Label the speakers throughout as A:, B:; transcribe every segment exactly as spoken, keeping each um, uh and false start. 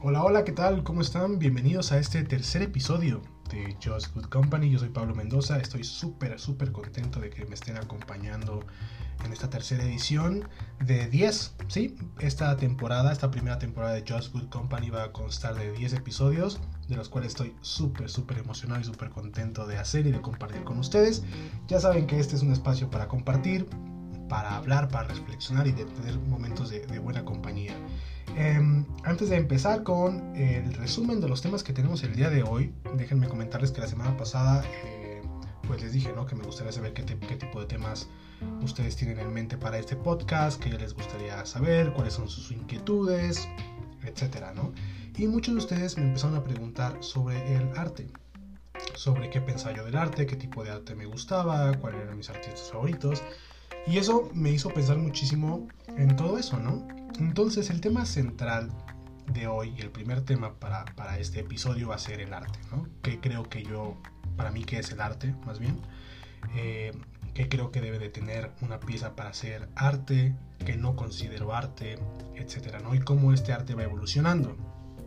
A: Hola, hola, ¿qué tal? ¿Cómo están? Bienvenidos a este tercer episodio de Just Good Company. Yo soy Pablo Mendoza, estoy súper, súper contento de que me estén acompañando en esta tercera edición de diez. Sí, esta temporada, esta primera temporada de Just Good Company va a constar de diez episodios, de los cuales estoy súper, súper emocionado y súper contento de hacer y de compartir con ustedes. Ya saben que este es un espacio para compartir, para hablar, para reflexionar y de tener momentos de, de buena compañía. Eh, antes de empezar con el resumen de los temas que tenemos el día de hoy, déjenme comentarles que la semana pasada eh, pues les dije, ¿no?, que me gustaría saber qué, te, qué tipo de temas ustedes tienen en mente para este podcast, qué les gustaría saber, cuáles son sus inquietudes, etcétera, ¿no? Y muchos de ustedes me empezaron a preguntar sobre el arte, sobre qué pensaba yo del arte, qué tipo de arte me gustaba, cuáles eran mis artistas favoritos. Y eso me hizo pensar muchísimo en todo eso, ¿no? Entonces el tema central de hoy, el primer tema para, para este episodio va a ser el arte, ¿no? Que creo que yo, para mí, ¿qué es el arte? Más bien, eh, que creo que debe de tener una pieza para ser arte, que no considero arte, etcétera, ¿no? Y cómo este arte va evolucionando.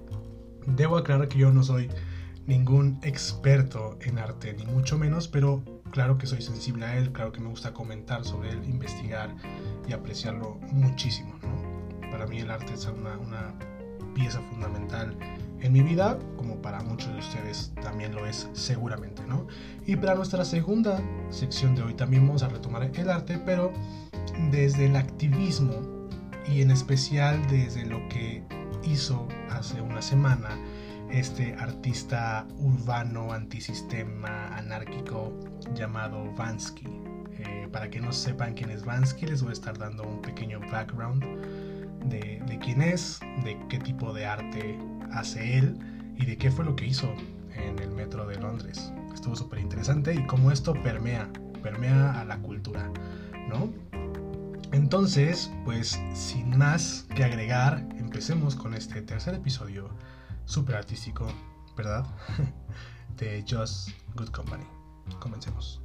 A: Debo aclarar que yo no soy ningún experto en arte, ni mucho menos, pero claro que soy sensible a él, claro que me gusta comentar sobre él, investigar y apreciarlo muchísimo, ¿no? Para mí el arte es una, una pieza fundamental en mi vida, como para muchos de ustedes también lo es seguramente, ¿no? Y para nuestra segunda sección de hoy también vamos a retomar el arte, pero desde el activismo y en especial desde lo que hizo hace una semana este artista urbano, antisistema, anárquico llamado Vansky. Eh, para que no sepan quién es Vansky, les voy a estar dando un pequeño background de, de quién es, de qué tipo de arte hace él y de qué fue lo que hizo en el metro de Londres. Estuvo súper interesante y cómo esto permea, permea a la cultura, ¿no? Entonces, pues sin más que agregar, empecemos con este tercer episodio súper artístico, ¿verdad? de Just Good Company. Comencemos.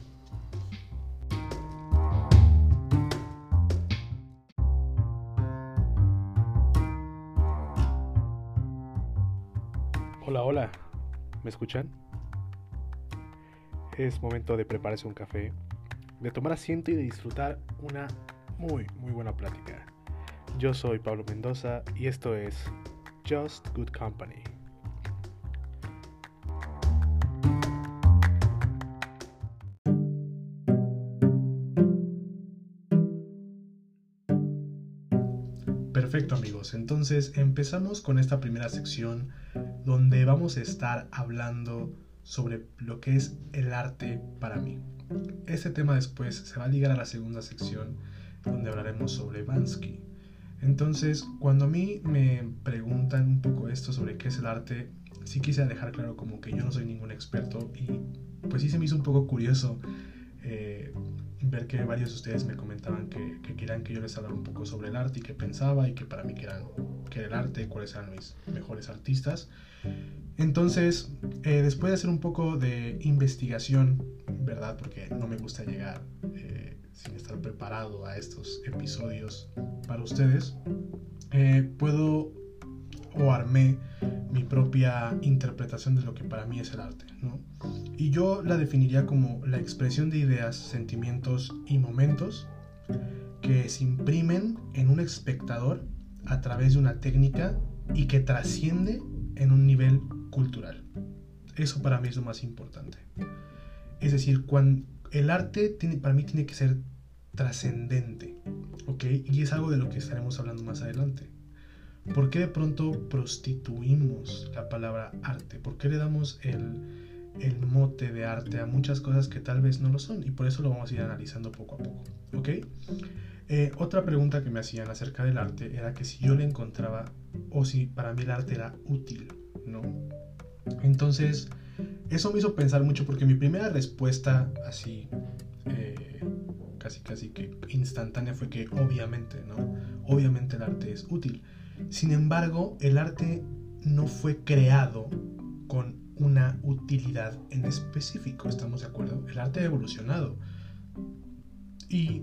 A: Hola, hola, ¿me escuchan? Es momento de prepararse un café, de tomar asiento y de disfrutar una muy, muy buena plática. Yo soy Pablo Mendoza y esto es Just Good Company. Perfecto, amigos, entonces empezamos con esta primera sección donde vamos a estar hablando sobre lo que es el arte para mí. Este tema después se va a ligar a la segunda sección donde hablaremos sobre Vansky. Entonces, cuando a mí me preguntan un poco esto sobre qué es el arte, sí quisiera dejar claro como que yo no soy ningún experto y pues sí se me hizo un poco curioso eh, ver que varios de ustedes me comentaban que, que querían que yo les hablara un poco sobre el arte y qué pensaba y que para mí que, eran, que era el arte, cuáles eran mis mejores artistas. Entonces, eh, después de hacer un poco de investigación, ¿verdad? Porque no me gusta llegar eh, sin estar preparado a estos episodios para ustedes, eh, puedo o armé mi propia interpretación de lo que para mí es el arte, ¿no? Y yo la definiría como la expresión de ideas, sentimientos y momentos que se imprimen en un espectador a través de una técnica y que trasciende en un nivel cultural. Eso para mí es lo más importante. Es decir, cuando el arte tiene, para mí tiene que ser trascendente, ¿ok? Y es algo de lo que estaremos hablando más adelante. ¿Por qué de pronto prostituimos la palabra arte? ¿Por qué le damos el, el mote de arte a muchas cosas que tal vez no lo son? Y por eso lo vamos a ir analizando poco a poco, ¿ok? Eh, otra pregunta que me hacían acerca del arte era que si yo le encontraba o si para mí el arte era útil, ¿no? Entonces, eso me hizo pensar mucho porque mi primera respuesta así, eh, casi casi que instantánea fue que obviamente, ¿no? Obviamente el arte es útil. Sin embargo, el arte no fue creado con una utilidad en específico, ¿estamos de acuerdo? El arte ha evolucionado. Y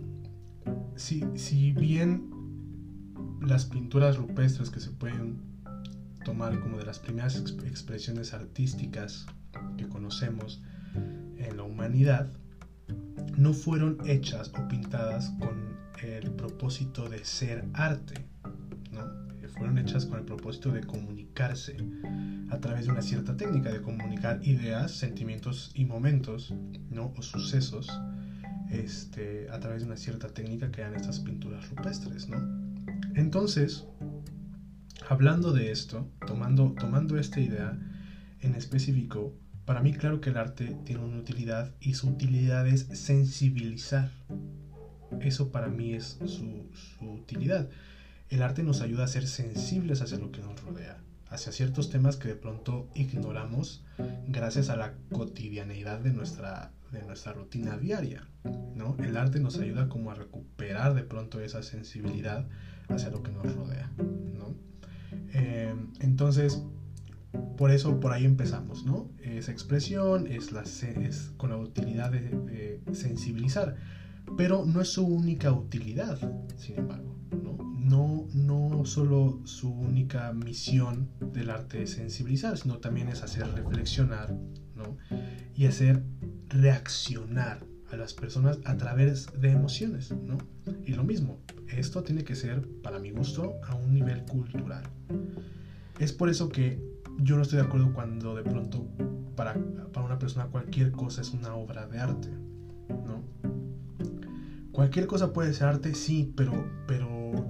A: si, si bien las pinturas rupestres que se pueden tomar como de las primeras exp- expresiones artísticas que conocemos en la humanidad, no fueron hechas o pintadas con el propósito de ser arte, ¿no? Fueron hechas con el propósito de comunicarse a través de una cierta técnica, de comunicar ideas, sentimientos y momentos, ¿no? O sucesos, este, a través de una cierta técnica que eran estas pinturas rupestres, ¿no? Entonces, hablando de esto, tomando, tomando esta idea en específico, para mí claro que el arte tiene una utilidad y su utilidad es sensibilizar. Eso para mí es su, su utilidad. El arte nos ayuda a ser sensibles hacia lo que nos rodea, hacia ciertos temas que de pronto ignoramos gracias a la cotidianeidad de nuestra, de nuestra rutina diaria, ¿no? El arte nos ayuda como a recuperar de pronto esa sensibilidad hacia lo que nos rodea, ¿no? Eh, entonces, por eso por ahí empezamos, ¿no? Esa expresión es, la, es con la utilidad de, de sensibilizar, pero no es su única utilidad, sin embargo, ¿no? No, no solo su única misión del arte es sensibilizar, sino también es hacer reflexionar, ¿no? Y hacer reaccionar a las personas a través de emociones, ¿no? Y lo mismo, esto tiene que ser, para mi gusto, a un nivel cultural. Es por eso que yo no estoy de acuerdo cuando de pronto para, para una persona cualquier cosa es una obra de arte, ¿no? Cualquier cosa puede ser arte, sí, pero, pero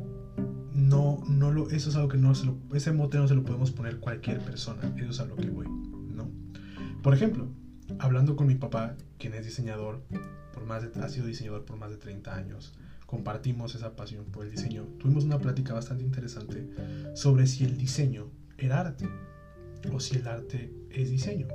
A: no, no lo, eso es algo que no se lo, ese mote no se lo podemos poner cualquier persona, eso es a lo que voy, ¿no? Por ejemplo, hablando con mi papá, quien es diseñador, por más de, ha sido diseñador por más de treinta años, compartimos esa pasión por el diseño, tuvimos una plática bastante interesante sobre si el diseño era arte o si el arte es diseño.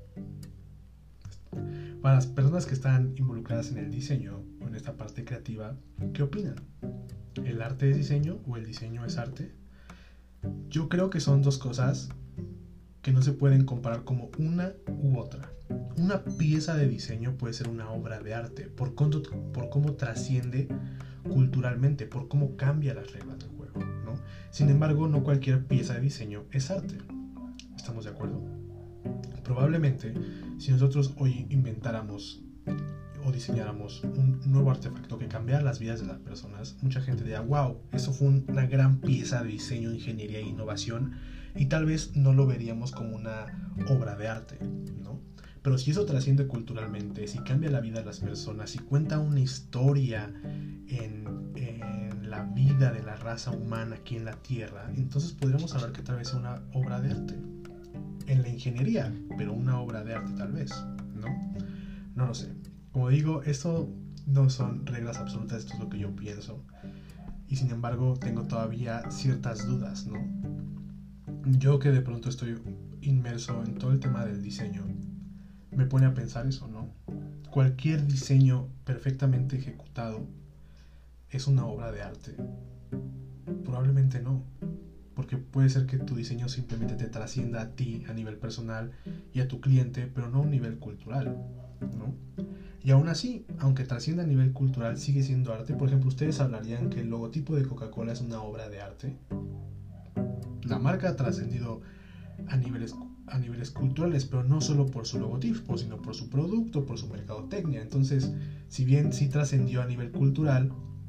A: Para las personas que están involucradas en el diseño o en esta parte creativa, ¿qué opinan? ¿El arte es diseño o el diseño es arte? Yo creo que son dos cosas que no se pueden comparar como una u otra. Una pieza de diseño puede ser una obra de arte por cómo, por cómo trasciende culturalmente, por cómo cambia las reglas del juego, ¿no? Sin embargo, no cualquier pieza de diseño es arte. ¿Estamos de acuerdo? Probablemente, si nosotros hoy inventáramos o diseñáramos un nuevo artefacto que cambiara las vidas de las personas, mucha gente diría, wow, eso fue una gran pieza de diseño, ingeniería e innovación, y tal vez no lo veríamos como una obra de arte, ¿no? Pero si eso trasciende culturalmente, si cambia la vida de las personas, si cuenta una historia en, en la vida de la raza humana aquí en la Tierra, entonces podríamos hablar que tal vez sea una obra de arte. En la ingeniería, pero una obra de arte tal vez, ¿no? No lo sé. Como digo, esto no son reglas absolutas, esto es lo que yo pienso. Y sin embargo, tengo todavía ciertas dudas, ¿no? Yo que de pronto estoy inmerso en todo el tema del diseño, me pone a pensar eso, ¿no? Cualquier diseño perfectamente ejecutado es una obra de arte. Probablemente no. Porque puede ser que tu diseño simplemente te trascienda a ti a nivel personal y a tu cliente, pero no a un nivel cultural, ¿no? Y aún así, aunque trascienda a nivel cultural, sigue siendo arte. Por ejemplo, ¿ustedes hablarían que el logotipo de Coca-Cola es una obra de arte? La marca ha trascendido a niveles, a niveles culturales, pero no solo por su logotipo, sino por su producto, por su mercadotecnia. Entonces, si bien sí trascendió a nivel cultural,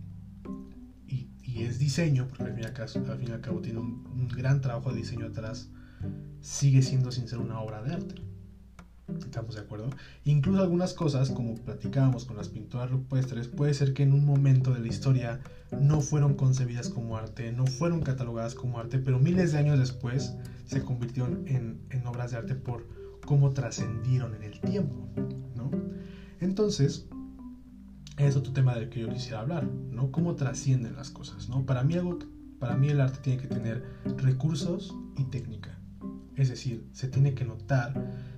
A: y es diseño, porque al fin y al cabo, al fin y al cabo tiene un, un gran trabajo de diseño atrás, sigue siendo sin ser una obra de arte. ¿Estamos de acuerdo? Incluso algunas cosas, como platicábamos con las pinturas rupestres, puede ser que en un momento de la historia no fueron concebidas como arte, no fueron catalogadas como arte, pero miles de años después se convirtieron en, en obras de arte por cómo trascendieron en el tiempo, ¿no? Entonces, es otro tema del que yo quisiera hablar, ¿no? Cómo trascienden las cosas, ¿no? Para mí, algo, para mí el arte tiene que tener recursos y técnica. Es decir, se tiene que notar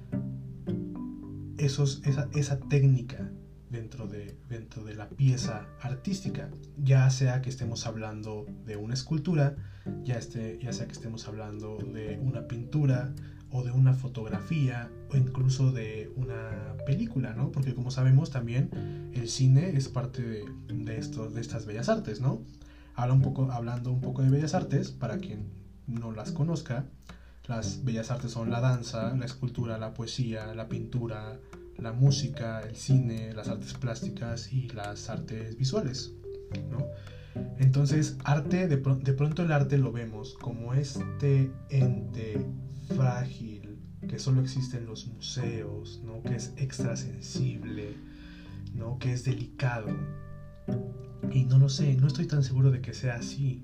A: esos, esa, esa técnica dentro de, dentro de la pieza artística, ya sea que estemos hablando de una escultura, ya, esté, ya sea que estemos hablando de una pintura o de una fotografía o incluso de una película, ¿no? Porque como sabemos también el cine es parte de, de, estos, de estas bellas artes, ¿no? Habla un poco, hablando un poco de bellas artes, para quien no las conozca, Las bellas artes son la danza, la escultura, la poesía, la pintura, la música, el cine, las artes plásticas y las artes visuales, ¿no? Entonces, arte, de, pr- de pronto el arte lo vemos como este ente frágil que solo existe en los museos, ¿no? Que es extrasensible, ¿no? Que es delicado. Y no lo sé, no estoy tan seguro de que sea así.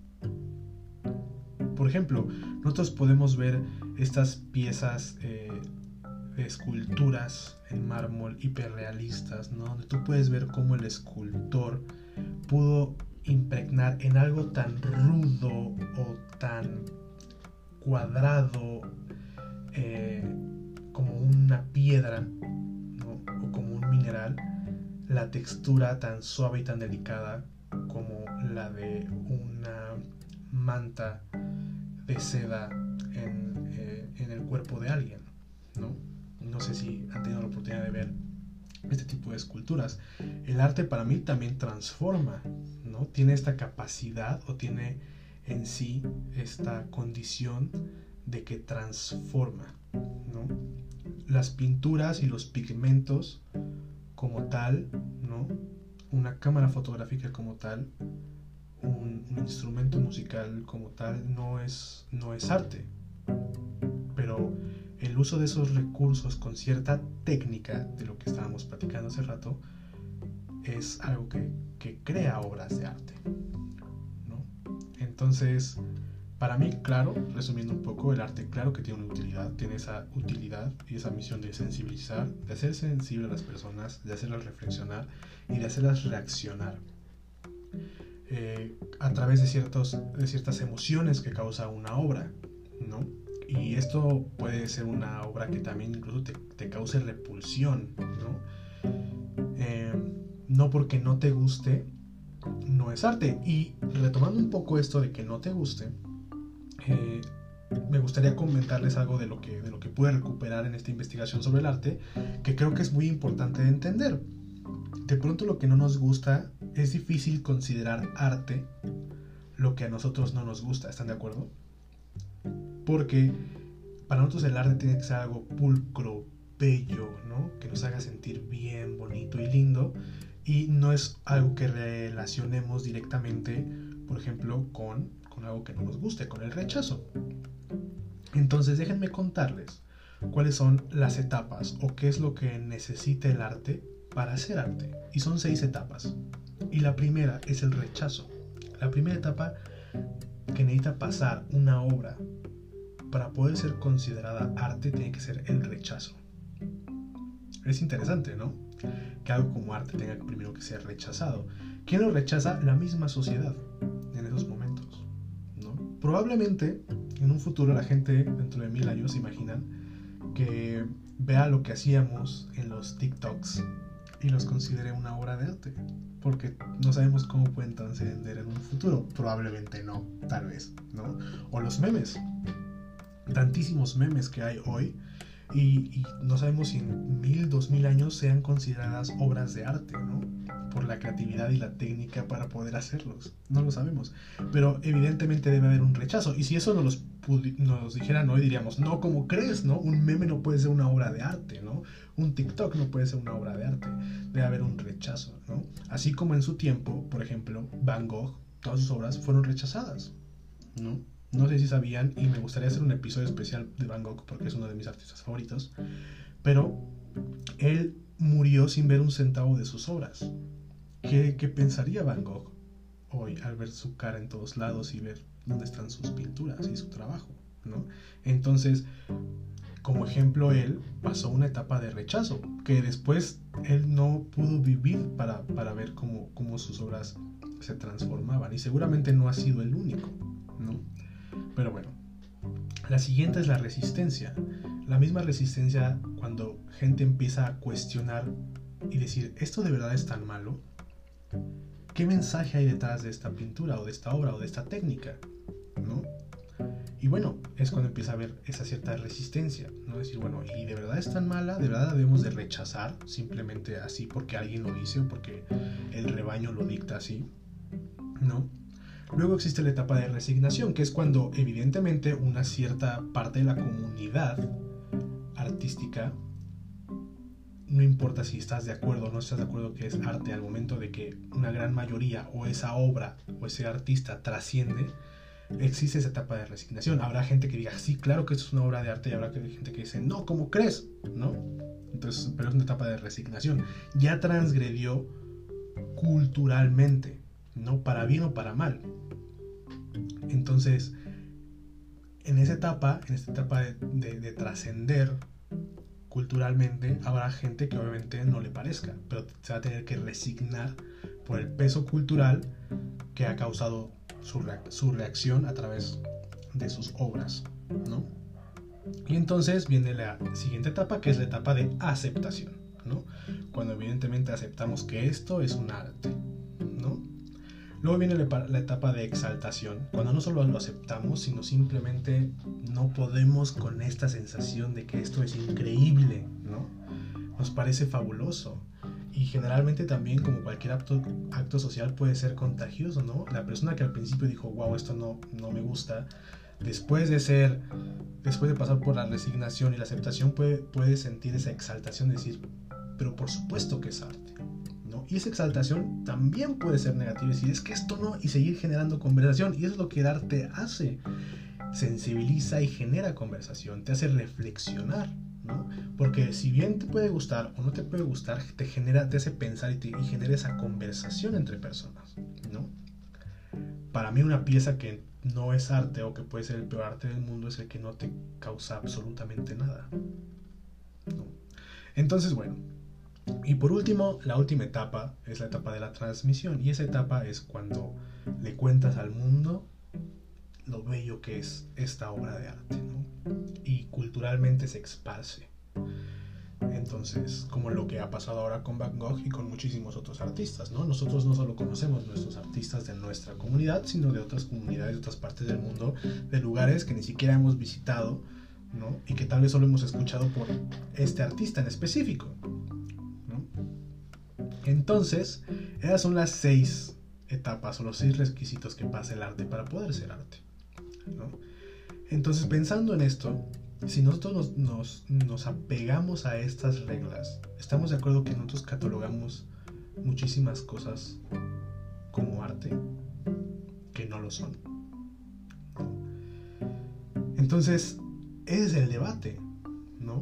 A: Por ejemplo, nosotros podemos ver estas piezas eh, de esculturas en mármol hiperrealistas, ¿no? Donde tú puedes ver cómo el escultor pudo impregnar en algo tan rudo o tan cuadrado eh, como una piedra, ¿no? O como un mineral, la textura tan suave y tan delicada como la de una manta de seda en, eh, en el cuerpo de alguien, ¿no? No sé si han tenido la oportunidad de ver este tipo de esculturas. El arte para mí también transforma, ¿no? Tiene esta capacidad o tiene en sí esta condición de que transforma, ¿no? Las pinturas y los pigmentos como tal, ¿no? Una cámara fotográfica como tal, un, un instrumento musical como tal no es, no es arte, pero el uso de esos recursos con cierta técnica, de lo que estábamos platicando hace rato, es algo que, que crea obras de arte, ¿no? Entonces, para mí, claro, resumiendo un poco, el arte claro que tiene una utilidad, tiene esa utilidad y esa misión de sensibilizar, de hacer sensible a las personas, de hacerlas reflexionar y de hacerlas reaccionar eh, a través de, ciertos, de ciertas emociones que causa una obra, ¿no? Y esto puede ser una obra que también incluso te, te cause repulsión, ¿no? Eh, no porque no te guste, no es arte. Y retomando un poco esto de que no te guste, eh, me gustaría comentarles algo de lo, que, de lo que pude recuperar en esta investigación sobre el arte, que creo que es muy importante de entender. De pronto lo que no nos gusta, es difícil considerar arte lo que a nosotros no nos gusta, ¿están de acuerdo? Porque para nosotros el arte tiene que ser algo pulcro, bello, ¿no? Que nos haga sentir bien, bonito y lindo. Y no es algo que relacionemos directamente, por ejemplo, con, con algo que no nos guste, con el rechazo. Entonces déjenme contarles cuáles son las etapas o qué es lo que necesita el arte para hacer arte. Y son seis etapas. Y la primera es el rechazo. La primera etapa que necesita pasar una obra para poder ser considerada arte tiene que ser el rechazo. Es interesante, ¿no? Que algo como arte tenga primero que ser rechazado. ¿Quién lo rechaza? La misma sociedad en esos momentos, ¿no? Probablemente en un futuro la gente dentro de mil años se imaginan que vea lo que hacíamos en los TikToks y los considere una obra de arte, porque no sabemos cómo pueden trascender en un futuro. Probablemente no, tal vez, ¿no? O los memes, tantísimos memes que hay hoy y, y no sabemos si en mil, dos mil años sean consideradas obras de arte, ¿no? Por la creatividad y la técnica para poder hacerlos, no lo sabemos, pero evidentemente debe haber un rechazo. Y si eso nos, los pudi- nos dijeran hoy, diríamos, no, ¿cómo crees, no? Un meme no puede ser una obra de arte, ¿no? Un TikTok no puede ser una obra de arte, debe haber un rechazo, ¿no? Así como en su tiempo, por ejemplo, Van Gogh, todas sus obras fueron rechazadas, ¿no? No sé si sabían, y me gustaría hacer un episodio especial de Van Gogh porque es uno de mis artistas favoritos, pero él murió sin ver un centavo de sus obras. ¿Qué, qué pensaría Van Gogh hoy al ver su cara en todos lados y ver dónde están sus pinturas y su trabajo, ¿no? Entonces, como ejemplo, él pasó una etapa de rechazo que después él no pudo vivir para, para ver cómo, cómo sus obras se transformaban, y seguramente no ha sido el único, ¿no? Pero bueno, la siguiente es la resistencia. La misma resistencia cuando gente empieza a cuestionar y decir, ¿esto de verdad es tan malo? ¿Qué mensaje hay detrás de esta pintura o de esta obra o de esta técnica? ¿No? Y bueno, es cuando empieza a haber esa cierta resistencia, ¿no? Decir, bueno, ¿y de verdad es tan mala? ¿De verdad debemos de rechazar simplemente así porque alguien lo dice o porque el rebaño lo dicta así? ¿No? Luego existe la etapa de resignación, que es cuando evidentemente una cierta parte de la comunidad artística, no importa si estás de acuerdo o no estás de acuerdo que es arte, al momento de que una gran mayoría o esa obra o ese artista trasciende, existe esa etapa de resignación. Habrá gente que diga, sí, claro que esto es una obra de arte, y habrá gente que dice, no, ¿cómo crees? ¿No? Entonces, pero es una etapa de resignación. Ya transgredió culturalmente, ¿no? Para bien o para mal. Entonces, en esa etapa, en esta etapa de, de, de trascender culturalmente, habrá gente que obviamente no le parezca, pero se va a tener que resignar por el peso cultural que ha causado su, reac- su reacción a través de sus obras, ¿no? Y entonces viene la siguiente etapa, que es la etapa de aceptación, ¿no? Cuando evidentemente aceptamos que esto es un arte, ¿no? Luego viene la etapa de exaltación, cuando no solo lo aceptamos, sino simplemente no podemos con esta sensación de que esto es increíble, ¿no? Nos parece fabuloso. Y generalmente también, como cualquier acto, acto social, puede ser contagioso, ¿no? La persona que al principio dijo, wow, esto no, no me gusta, después de ser, después de pasar por la resignación y la aceptación, puede, puede sentir esa exaltación, de decir, pero por supuesto que es arte, ¿no? Y esa exaltación también puede ser negativa, decir, es que esto no, y seguir generando conversación. Y eso es lo que el arte hace, sensibiliza y genera conversación, te hace reflexionar, ¿no? Porque si bien te puede gustar o no te puede gustar, te genera, te hace pensar y, te, y genera esa conversación entre personas, ¿no? Para mí una pieza que no es arte o que puede ser el peor arte del mundo es el que no te causa absolutamente nada, ¿no? Entonces, bueno, y por último, la última etapa es la etapa de la transmisión, y esa etapa es cuando le cuentas al mundo lo bello que es esta obra de arte, ¿no? Y culturalmente se esparce. Entonces, como lo que ha pasado ahora con Van Gogh y con muchísimos otros artistas, ¿no? Nosotros no solo conocemos nuestros artistas de nuestra comunidad, sino de otras comunidades de otras partes del mundo, de lugares que ni siquiera hemos visitado, ¿no? Y que tal vez solo hemos escuchado por este artista en específico, ¿no? Entonces, esas son las seis etapas o los seis requisitos que pasa el arte para poder ser arte, ¿no? Entonces, pensando en esto, si nosotros nos, nos, nos apegamos a estas reglas, estamos de acuerdo que nosotros catalogamos muchísimas cosas como arte que no lo son, ¿no? Entonces, ese es el debate, ¿no?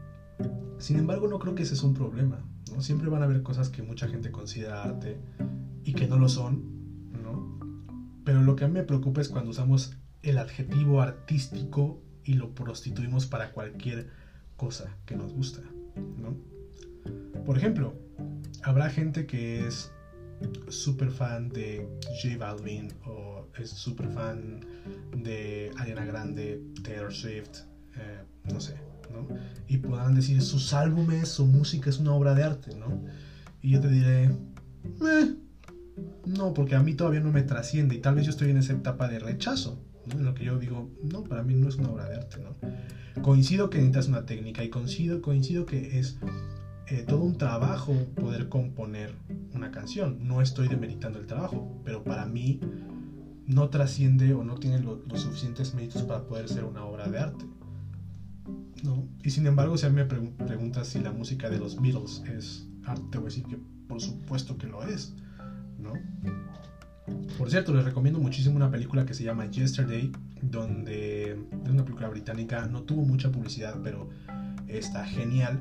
A: Sin embargo, no creo que ese es un problema, ¿no? Siempre van a haber cosas que mucha gente considera arte y que no lo son, ¿no? Pero lo que a mí me preocupa es cuando usamos el adjetivo artístico y lo prostituimos para cualquier cosa que nos gusta, ¿no? Por ejemplo, habrá gente que es súper fan de J Balvin o es súper fan de Ariana Grande, Taylor Swift, eh, no sé, ¿no? Y podrán decir, sus álbumes, su música es una obra de arte, ¿no? Y yo te diré, eh, no, porque a mí todavía no me trasciende y tal vez yo estoy en esa etapa de rechazo, ¿no? En lo que yo digo, no, para mí no es una obra de arte, ¿no? Coincido que necesitas una técnica y coincido, coincido que es eh, todo un trabajo poder componer una canción. No estoy demeritando el trabajo, pero para mí no trasciende o no tiene lo, los suficientes méritos para poder ser una obra de arte, ¿no? Y sin embargo, si a mí me pre- preguntas si la música de los Beatles es arte, te voy a decir que por supuesto que lo es, ¿no? Por cierto, les recomiendo muchísimo una película que se llama Yesterday, donde es una película británica, no tuvo mucha publicidad, pero está genial.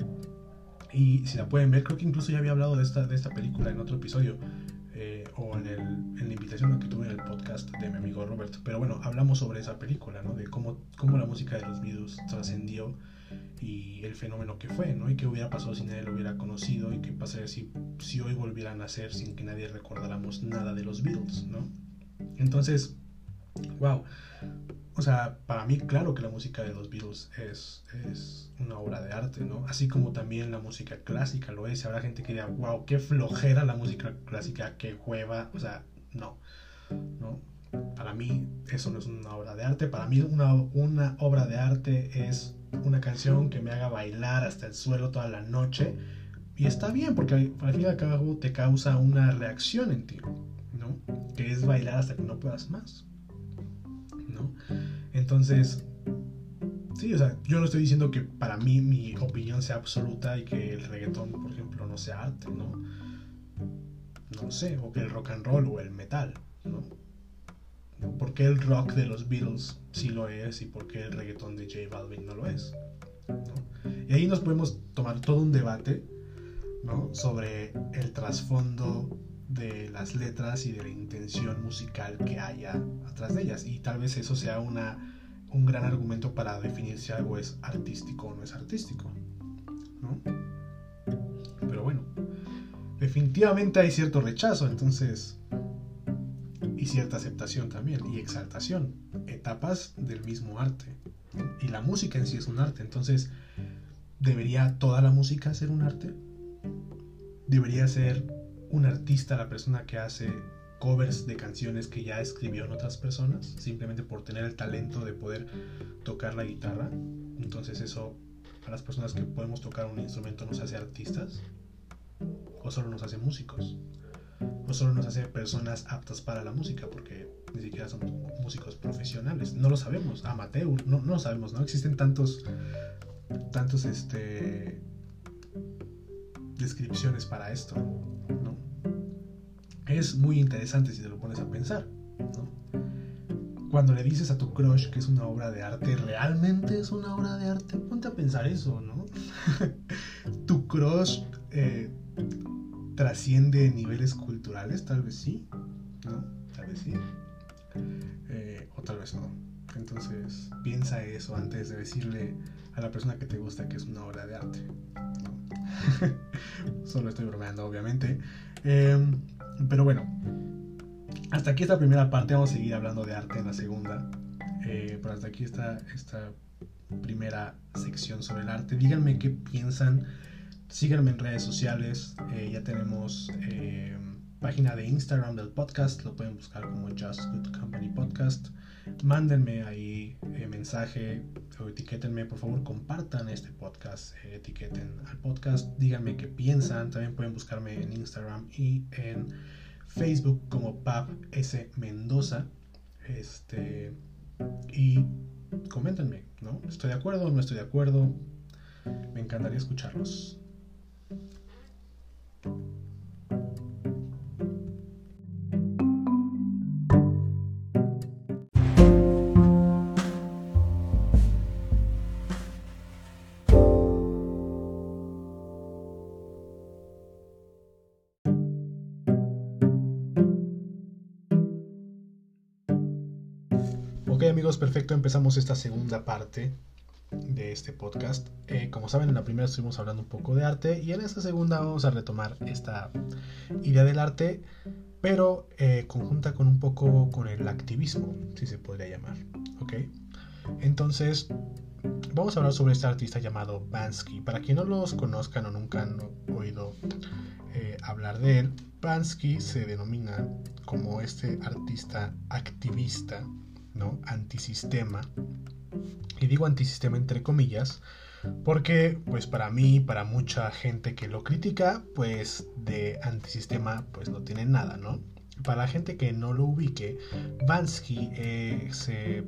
A: Y si la pueden ver, creo que incluso ya había hablado de esta, de esta película en otro episodio, eh, o en, el, en la invitación que tuve en el podcast de mi amigo Roberto. Pero bueno, hablamos sobre esa película, ¿no? De cómo, cómo la música de los Beatles trascendió y el fenómeno que fue, ¿no? Y qué hubiera pasado si nadie lo hubiera conocido y qué pasaría si, si hoy volvieran a nacer sin que nadie recordáramos nada de los Beatles, ¿no? Entonces, wow. O sea, para mí, claro que la música de los Beatles es, es una obra de arte, ¿no? Así como también la música clásica lo es. Habrá gente que diga, wow, qué flojera la música clásica, qué hueva. O sea, no, ¿no? Para mí eso no es una obra de arte. Para mí una, una obra de arte es una canción que me haga bailar hasta el suelo toda la noche. Y está bien, porque al fin y al cabo te causa una reacción en ti, ¿no? que es bailar hasta que no puedas más, ¿no? Entonces, sí, o sea, yo no estoy diciendo que para mí mi opinión sea absoluta y que el reggaetón, por ejemplo, no sea arte, ¿no? No sé, o que el rock and roll o el metal, ¿no? ¿Por qué el rock de los Beatles sí lo es y por qué el reggaetón de J Balvin no lo es? ¿No? Y ahí nos podemos tomar todo un debate, ¿no? Sobre el trasfondo de las letras y de la intención musical que haya atrás de ellas, y tal vez eso sea una, un gran argumento para definir si algo es artístico o no es artístico, ¿no? Pero bueno, definitivamente hay cierto rechazo, entonces, y cierta aceptación también, y exaltación, etapas del mismo arte, ¿no? Y la música en sí es un arte, entonces, ¿debería toda la música ser un arte? ¿Debería ser un artista la persona que hace covers de canciones que ya escribieron otras personas, simplemente por tener el talento de poder tocar la guitarra? Entonces eso, a las personas que podemos tocar un instrumento, ¿nos hace artistas? ¿O solo nos hace músicos? ¿O solo nos hace personas aptas para la música? Porque ni siquiera somos músicos profesionales, no lo sabemos, amateur, no, no lo sabemos, ¿no? Existen tantos, tantos, este... descripciones para esto, ¿no? Es muy interesante si te lo pones a pensar, ¿no? Cuando le dices a tu crush que es una obra de arte, ¿realmente es una obra de arte? Ponte a pensar eso, ¿no? ¿Tu crush eh, trasciende niveles culturales? Tal vez sí, ¿no? Tal vez sí, eh, o tal vez no. Entonces piensa eso antes de decirle a la persona que te gusta que es una obra de arte, ¿no? Solo estoy bromeando, obviamente, eh, pero bueno, hasta aquí esta primera parte. Vamos a seguir hablando de arte en la segunda, eh, pero hasta aquí está esta primera sección sobre el arte. Díganme qué piensan, síganme en redes sociales, eh, ya tenemos eh, página de Instagram del podcast, lo pueden buscar como Just Good Company Podcast. Mándenme ahí eh, mensaje o etiquétenme, por favor, compartan este podcast, eh, etiqueten al podcast, díganme qué piensan. También pueden buscarme en Instagram y en Facebook como Pab S. Mendoza, este, y coméntenme, ¿no? ¿Estoy de acuerdo o no estoy de acuerdo? Me encantaría escucharlos. Ok, amigos, perfecto, empezamos esta segunda parte de este podcast. Eh, como saben, en la primera estuvimos hablando un poco de arte y en esta segunda vamos a retomar esta idea del arte, pero eh, conjunta con un poco con el activismo, si se podría llamar. Ok, entonces vamos a hablar sobre este artista llamado Banksy. Para quien no los conozcan o nunca han oído eh, hablar de él, Banksy se denomina como este artista activista, ¿no? Antisistema. Y digo antisistema entre comillas porque pues para mí, para mucha gente que lo critica, pues de antisistema pues no tiene nada, ¿no? Para la gente que no lo ubique, Banksy eh, se,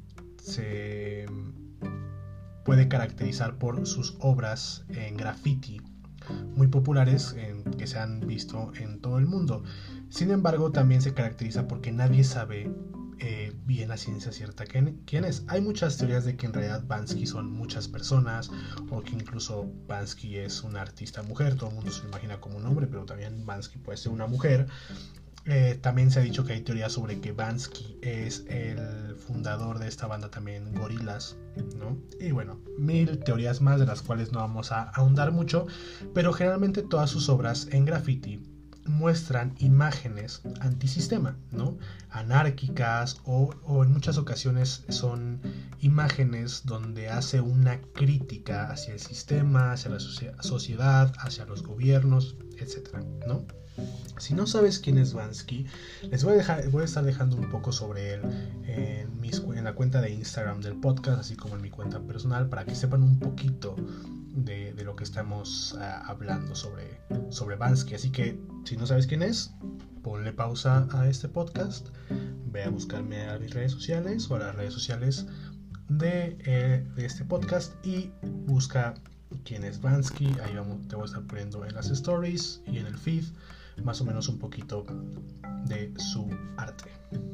A: se puede caracterizar por sus obras en graffiti muy populares en, que se han visto en todo el mundo. Sin embargo, también se caracteriza porque nadie sabe Eh, bien a ciencia cierta quién, quién es. Hay muchas teorías de que en realidad Banksy son muchas personas, o que incluso Banksy es una artista mujer. Todo el mundo se lo imagina como un hombre, pero también Banksy puede ser una mujer. Eh, también se ha dicho que hay teorías sobre que Banksy es el fundador de esta banda también, Gorillaz, ¿no? Y bueno, mil teorías más de las cuales no vamos a ahondar mucho, pero generalmente todas sus obras en graffiti muestran imágenes antisistema, ¿no? Anárquicas, o, o en muchas ocasiones son imágenes donde hace una crítica hacia el sistema, hacia la sociedad, hacia los gobiernos, etcétera, ¿no? Si no sabes quién es Banksy, les voy a, dejar, voy a estar dejando un poco sobre él en, mis, en la cuenta de Instagram del podcast, así como en mi cuenta personal, para que sepan un poquito de, de lo que estamos uh, hablando sobre, sobre Banksy. Así que si no sabes quién es, ponle pausa a este podcast, ve a buscarme a mis redes sociales o a las redes sociales de, eh, de este podcast y busca quién es Vansky. Ahí vamos, te voy a estar poniendo en las stories y en el feed más o menos un poquito de su arte.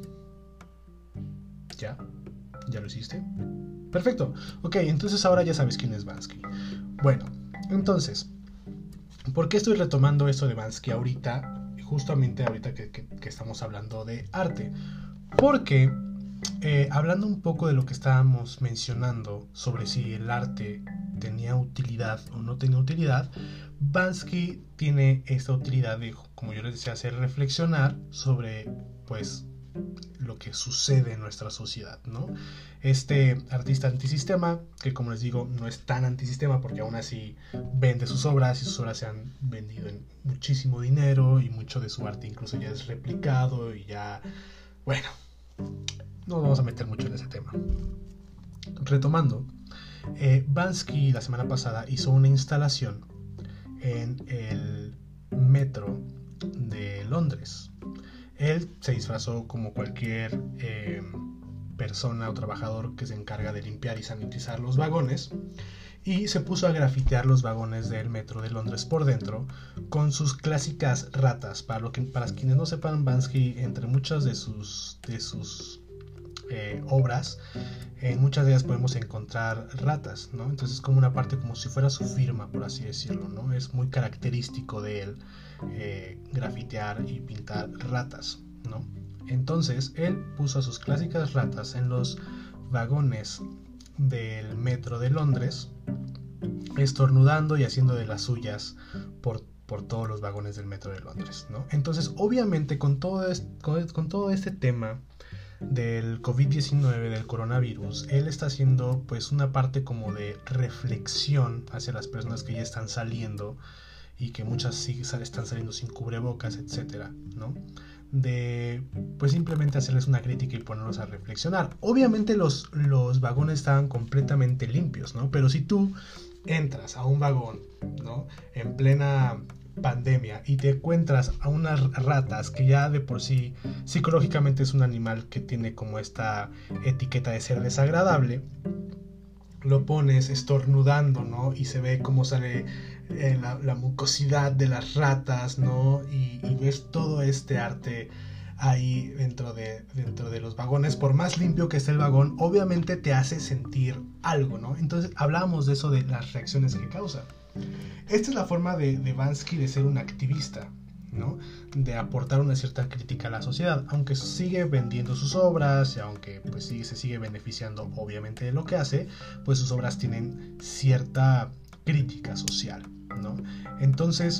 A: ¿Ya? ¿Ya lo hiciste? Perfecto. Ok, entonces ahora ya sabes quién es Vansky. Bueno, entonces, ¿por qué estoy retomando esto de Vansky ahorita? Justamente ahorita que, que, que estamos hablando de arte. Porque, eh, hablando un poco de lo que estábamos mencionando sobre si el arte tenía utilidad o no tenía utilidad, Vansky tiene esta utilidad de, como yo les decía, hacer reflexionar sobre, pues, lo que sucede en nuestra sociedad, ¿no? Este artista antisistema, que como les digo, no es tan antisistema porque aún así vende sus obras y sus obras se han vendido en muchísimo dinero y mucho de su arte incluso ya es replicado y ya, bueno, no nos vamos a meter mucho en ese tema. Retomando, eh, Vansky la semana pasada hizo una instalación en el metro de Londres. Él se disfrazó como cualquier eh, persona o trabajador que se encarga de limpiar y sanitizar los vagones y se puso a grafitear los vagones del metro de Londres por dentro con sus clásicas ratas. Para, lo que, para quienes no sepan, Vansky, entre muchas de sus, de sus eh, obras, en muchas de ellas podemos encontrar ratas, ¿no? Entonces es como una parte como si fuera su firma, por así decirlo, ¿no? Es muy característico de él eh, grafitear y pintar ratas, ¿no? Entonces él puso a sus clásicas ratas en los vagones del metro de Londres, estornudando y haciendo de las suyas por, por todos los vagones del metro de Londres, ¿no? Entonces, obviamente, con todo, este, con, con todo este tema del covid diecinueve, del coronavirus, él está haciendo pues una parte como de reflexión hacia las personas que ya están saliendo y que muchas sí están saliendo sin cubrebocas, etcétera, ¿no? De pues simplemente hacerles una crítica y ponerlos a reflexionar. Obviamente los, los vagones estaban completamente limpios, ¿no? Pero si tú entras a un vagón, ¿no?, en plena pandemia y te encuentras a unas ratas que ya de por sí psicológicamente es un animal que tiene como esta etiqueta de ser desagradable, lo pones estornudando, ¿no? Y se ve cómo sale eh, la, la mucosidad de las ratas, ¿no? Y, y ves todo este arte ahí dentro de, dentro de los vagones. Por más limpio que esté el vagón, obviamente te hace sentir algo, ¿no? Entonces hablábamos de eso, de las reacciones que causa. Esta es la forma de, de Vansky de ser un activista, ¿no? De aportar una cierta crítica a la sociedad, aunque sigue vendiendo sus obras y aunque pues sí, se sigue beneficiando obviamente de lo que hace, pues sus obras tienen cierta crítica social, ¿no? Entonces,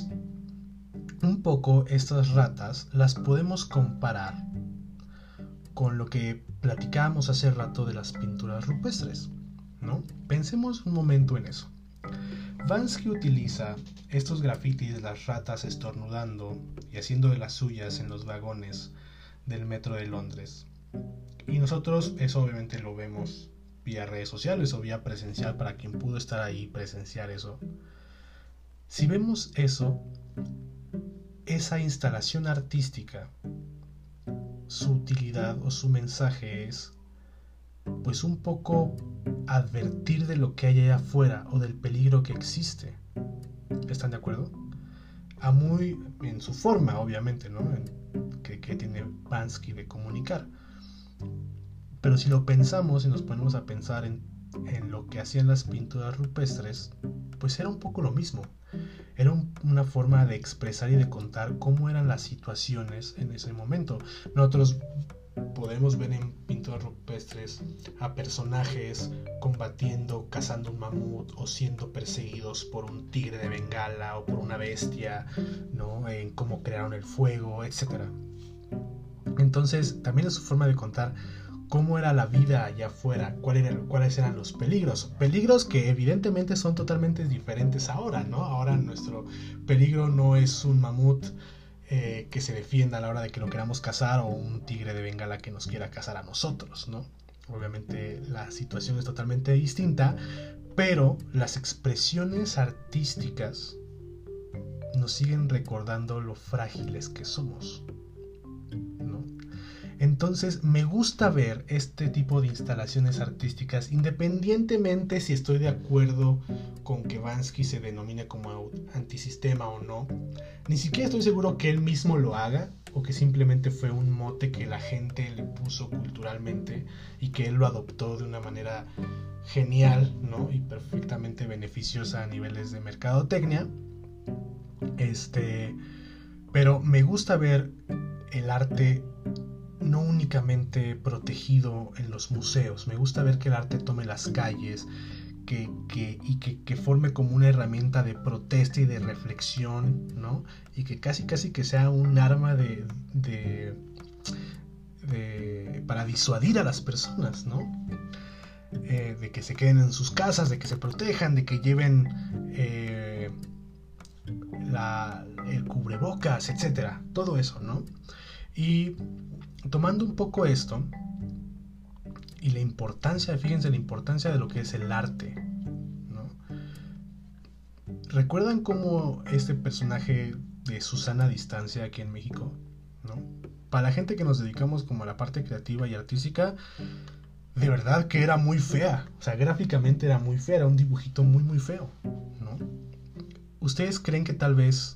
A: un poco estas ratas las podemos comparar con lo que platicábamos hace rato de las pinturas rupestres, ¿no? Pensemos un momento en eso. Vansky utiliza estos grafitis de las ratas estornudando y haciendo de las suyas en los vagones del metro de Londres. Y nosotros eso obviamente lo vemos vía redes sociales o vía presencial para quien pudo estar ahí y presenciar eso. Si vemos eso, esa instalación artística, su utilidad o su mensaje es pues un poco advertir de lo que hay allá afuera o del peligro que existe. ¿Están de acuerdo? A muy en su forma, obviamente, ¿no? En, que, que tiene Vansky de comunicar. Pero si lo pensamos y nos ponemos a pensar en, en lo que hacían las pinturas rupestres, pues era un poco lo mismo. Era un, una forma de expresar y de contar cómo eran las situaciones en ese momento. Nosotros podemos ver en pinturas rupestres a personajes combatiendo, cazando un mamut o siendo perseguidos por un tigre de Bengala o por una bestia, ¿no? En cómo crearon el fuego, etcétera. Entonces, también es su forma de contar cómo era la vida allá afuera, cuál era, cuáles eran los peligros. Peligros que evidentemente son totalmente diferentes ahora, ¿no? Ahora nuestro peligro no es un mamut Eh, que se defienda a la hora de que lo queramos cazar o un tigre de Bengala que nos quiera cazar a nosotros, ¿no? Obviamente la situación es totalmente distinta, pero las expresiones artísticas nos siguen recordando lo frágiles que somos, Entonces me gusta ver este tipo de instalaciones artísticas, independientemente si estoy de acuerdo con que Banksy se denomine como antisistema o no. Ni siquiera estoy seguro que él mismo lo haga o que simplemente fue un mote que la gente le puso culturalmente y que él lo adoptó de una manera genial, ¿no? Y perfectamente beneficiosa a niveles de mercadotecnia. Este, pero me gusta ver el arte no únicamente protegido en los museos. Me gusta ver que el arte tome las calles que, que, y que, que forme como una herramienta de protesta y de reflexión, ¿no? Y que casi casi que sea un arma de, de, de para disuadir a las personas, ¿no? Eh, de que se queden en sus casas, de que se protejan, de que lleven eh, la, el cubrebocas, etcétera. Todo eso, ¿no? Y tomando un poco esto y la importancia, fíjense la importancia de lo que es el arte, ¿no? ¿Recuerdan cómo este personaje de Susana Distancia aquí en México, ¿no? Para la gente que nos dedicamos como a la parte creativa y artística, de verdad que era muy fea, o sea, gráficamente era muy fea, era un dibujito muy muy feo, ¿no? ¿Ustedes creen que tal vez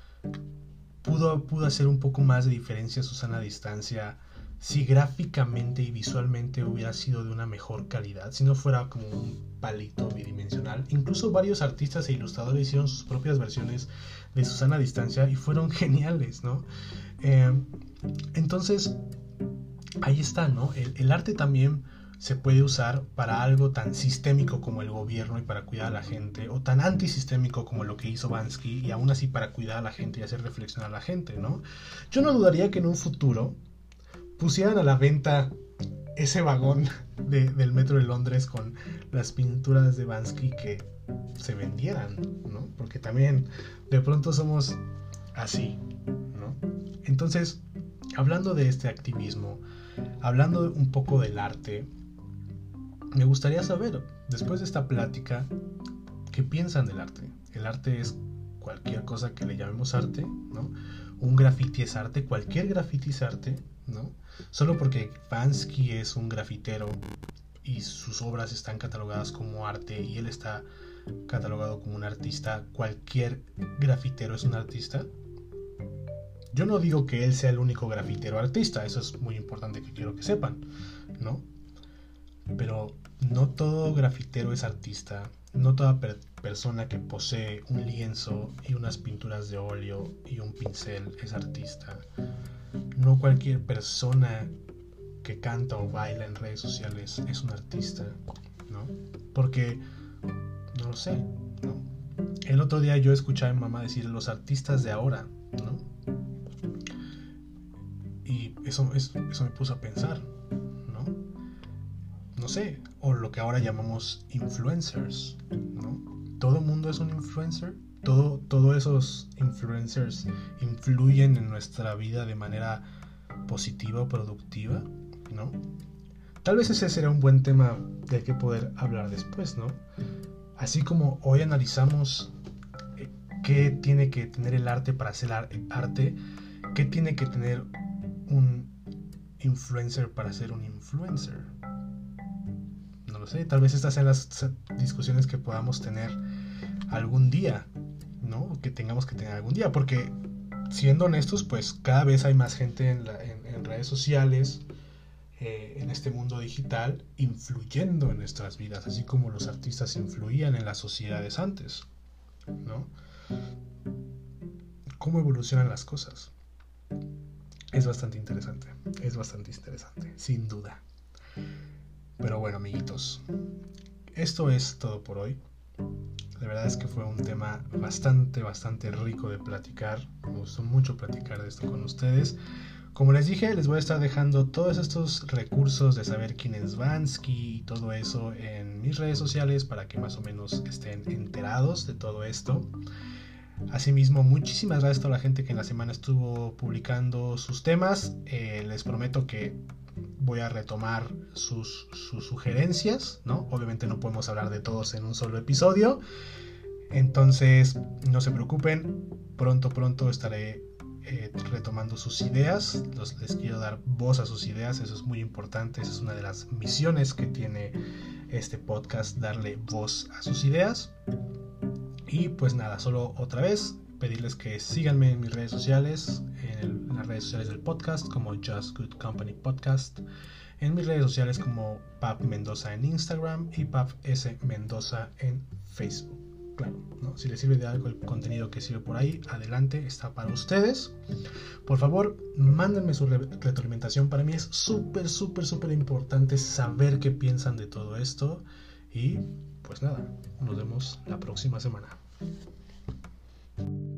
A: Pudo, pudo hacer un poco más de diferencia Susana Distancia si gráficamente y visualmente hubiera sido de una mejor calidad, si no fuera como un palito bidimensional? Incluso varios artistas e ilustradores hicieron sus propias versiones de Susana Distancia y fueron geniales, ¿no? Eh, entonces, ahí está, ¿no? El, el arte también se puede usar para algo tan sistémico como el gobierno y para cuidar a la gente, o tan antisistémico como lo que hizo Banksy y aún así para cuidar a la gente y hacer reflexionar a la gente, ¿no? Yo no dudaría que en un futuro pusieran a la venta ese vagón de, del metro de Londres con las pinturas de Banksy que se vendieran, ¿no? Porque también de pronto somos así, ¿no? Entonces, hablando de este activismo, hablando un poco del arte, me gustaría saber, después de esta plática, ¿qué piensan del arte? El arte es cualquier cosa que le llamemos arte, ¿no? Un graffiti es arte, cualquier graffiti es arte, ¿no? Solo porque Banksy es un grafitero y sus obras están catalogadas como arte y él está catalogado como un artista, ¿cualquier grafitero es un artista? Yo no digo que él sea el único grafitero artista, eso es muy importante que quiero que sepan, ¿no? Pero no todo grafitero es artista, no toda per- persona que posee un lienzo y unas pinturas de óleo y un pincel es artista. No cualquier persona que canta o baila en redes sociales es un artista, ¿no? Porque, no lo sé, ¿no? El otro día yo escuchaba a mi mamá decir los artistas de ahora, ¿no? Y eso, eso, eso me puso a pensar, ¿no? No sé, o lo que ahora llamamos influencers, ¿no? ¿Todo el mundo es un influencer? ¿Todo, todos esos influencers influyen en nuestra vida de manera positiva o productiva, ¿no? Tal vez ese será un buen tema del que poder hablar después, ¿no? Así como hoy analizamos qué tiene que tener el arte para hacer arte, qué tiene que tener un influencer para ser un influencer. No lo sé, tal vez estas sean las discusiones que podamos tener algún día, ¿no? Que tengamos que tener algún día, porque siendo honestos, pues cada vez hay más gente en, la, en, en redes sociales, eh, en este mundo digital, influyendo en nuestras vidas, así como los artistas influían en las sociedades antes, ¿no? ¿Cómo evolucionan las cosas? Es bastante interesante, es bastante interesante, sin duda. Pero bueno, amiguitos, esto es todo por hoy. La verdad es que fue un tema bastante, bastante rico de platicar. Me gustó mucho platicar de esto con ustedes. Como les dije, les voy a estar dejando todos estos recursos de saber quién es Banksy y todo eso en mis redes sociales para que más o menos estén enterados de todo esto. Asimismo, muchísimas gracias a toda la gente que en la semana estuvo publicando sus temas. Eh, les prometo que voy a retomar sus, sus sugerencias, ¿no? Obviamente no podemos hablar de todos en un solo episodio. Entonces, no se preocupen. Pronto, pronto estaré eh, retomando sus ideas. Los, les quiero dar voz a sus ideas, eso es muy importante, esa es una de las misiones que tiene este podcast, darle voz a sus ideas. Y pues nada, solo otra vez pedirles que síganme en mis redes sociales, en, el, en las redes sociales del podcast como Just Good Company Podcast, en mis redes sociales como Pap Mendoza en Instagram y Pap S Mendoza en Facebook. Claro, ¿no? Si les sirve de algo el contenido que sirve por ahí, adelante, está para ustedes. Por favor, mándenme su re- retroalimentación. Para mí es súper, súper, súper importante saber qué piensan de todo esto. Y pues nada, nos vemos la próxima semana.